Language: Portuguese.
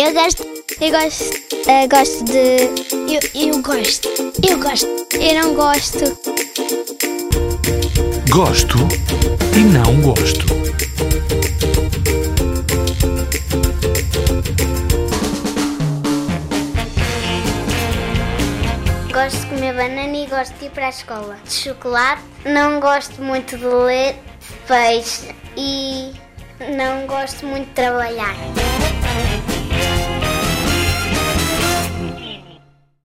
Eu gosto de... Eu gosto. Eu não gosto. Gosto e não gosto. Gosto de comer banana e gosto de ir para a escola. De chocolate, não gosto muito de ler, peixe e não gosto muito de trabalhar.